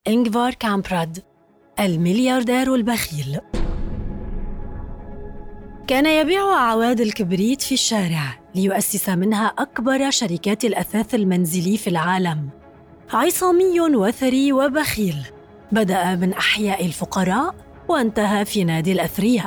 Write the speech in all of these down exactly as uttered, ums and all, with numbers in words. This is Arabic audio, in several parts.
إنغفار كامبراد، الملياردير البخيل. كان يبيع أعواد الكبريت في الشارع ليؤسس منها أكبر شركات الأثاث المنزلي في العالم. عصامي وثري وبخيل، بدأ من أحياء الفقراء وانتهى في نادي الأثرياء.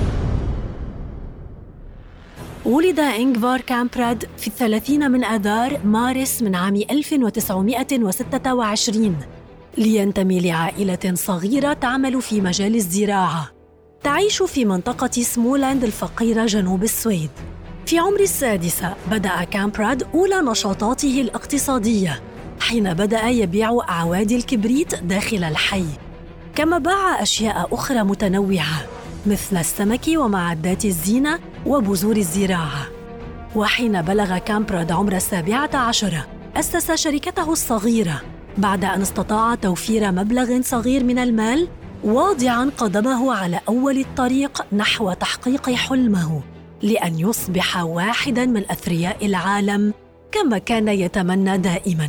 ولد إنغفار كامبراد في الثلاثين من آذار مارس من عام ألف وتسعمائة وستة وعشرين، لينتمي لعائلة صغيرة تعمل في مجال الزراعة، تعيش في منطقة سمولاند الفقيرة جنوب السويد. في عمر السادسة بدأ كامبراد أولى نشاطاته الاقتصادية حين بدأ يبيع أعواد الكبريت داخل الحي، كما باع أشياء أخرى متنوعة مثل السمك ومعدات الزينة وبذور الزراعة. وحين بلغ كامبراد عمر السابعة عشرة أسس شركته الصغيرة بعد أن استطاع توفير مبلغ صغير من المال، واضعاً قدمه على أول الطريق نحو تحقيق حلمه لأن يصبح واحداً من أثرياء العالم كما كان يتمنى دائماً.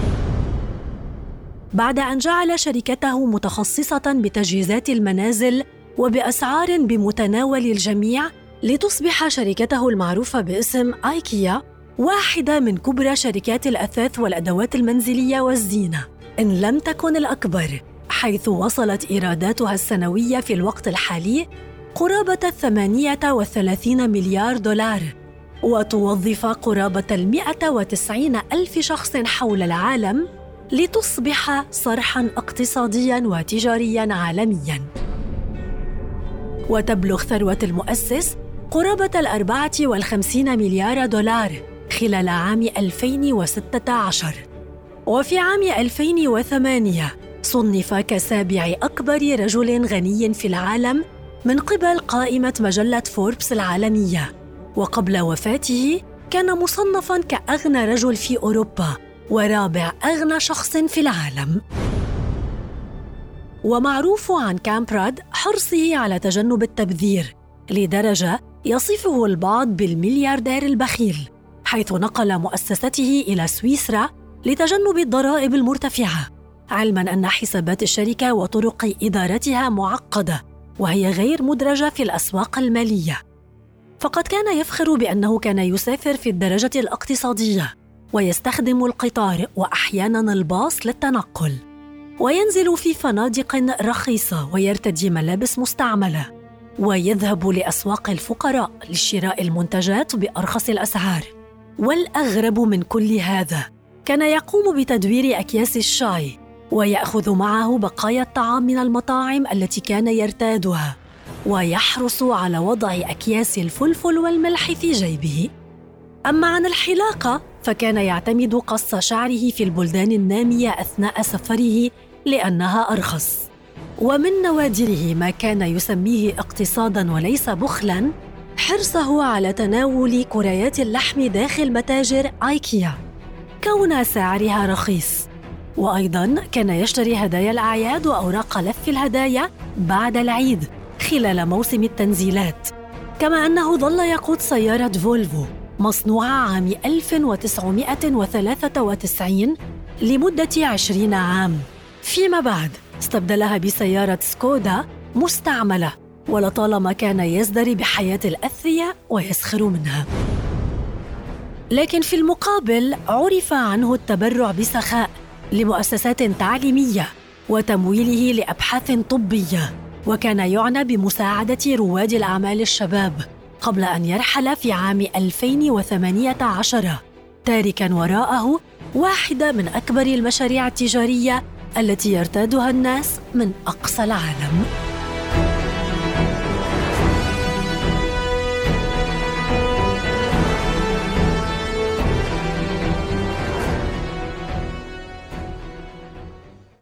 بعد أن جعل شركته متخصصة بتجهيزات المنازل وبأسعار بمتناول الجميع لتصبح شركته المعروفة باسم آيكيا واحدة من كبرى شركات الأثاث والأدوات المنزلية والزينة، إن لم تكن الأكبر، حيث وصلت إيراداتها السنوية في الوقت الحالي قرابة ثمانية وثلاثين مليار دولار، وتوظف قرابة المئة وتسعين ألف شخص حول العالم لتصبح صرحاً اقتصادياً وتجارياً عالمياً. وتبلغ ثروة المؤسس قرابة الأربعة والخمسين مليار دولار خلال عام ألفين وستة عشر. وفي عام ألفين وثمانية صنف كسابع أكبر رجل غني في العالم من قبل قائمة مجلة فوربس العالمية، وقبل وفاته كان مصنفاً كأغنى رجل في أوروبا ورابع أغنى شخص في العالم. ومعروف عن كامبراد حرصه على تجنب التبذير، لدرجة يصفه البعض بالملياردير البخيل، حيث نقل مؤسسته إلى سويسرا لتجنب الضرائب المرتفعة، علماً أن حسابات الشركة وطرق إدارتها معقدة وهي غير مدرجة في الأسواق المالية. فقد كان يفخر بأنه كان يسافر في الدرجة الاقتصادية ويستخدم القطار وأحياناً الباص للتنقل، وينزل في فنادق رخيصة ويرتدي ملابس مستعملة، ويذهب لأسواق الفقراء لشراء المنتجات بأرخص الأسعار. والأغرب من كل هذا، كان يقوم بتدوير أكياس الشاي ويأخذ معه بقايا الطعام من المطاعم التي كان يرتادها، ويحرص على وضع أكياس الفلفل والملح في جيبه. أما عن الحلاقة فكان يعتمد قص شعره في البلدان النامية أثناء سفره لأنها أرخص. ومن نوادره ما كان يسميه اقتصاداً وليس بخلاً حرصه على تناول كريات اللحم داخل متاجر آيكيا كون سعرها رخيص. وأيضاً كان يشتري هدايا الأعياد وأوراق لف الهدايا بعد العيد خلال موسم التنزيلات، كما أنه ظل يقود سيارة فولفو مصنوعة عام ألف وتسعمائة وثلاثة وتسعين لمدة عشرين عام، فيما بعد استبدلها بسيارة سكودا مستعملة، ولطالما كان يزدري بحياة الأثرياء ويسخر منها. لكن في المقابل عرف عنه التبرع بسخاء لمؤسسات تعليمية وتمويله لأبحاث طبية، وكان يعنى بمساعدة رواد الأعمال الشباب قبل أن يرحل في عام ألفين وثمانية عشر، تاركاً وراءه واحدة من أكبر المشاريع التجارية التي يرتادها الناس من أقصى العالم.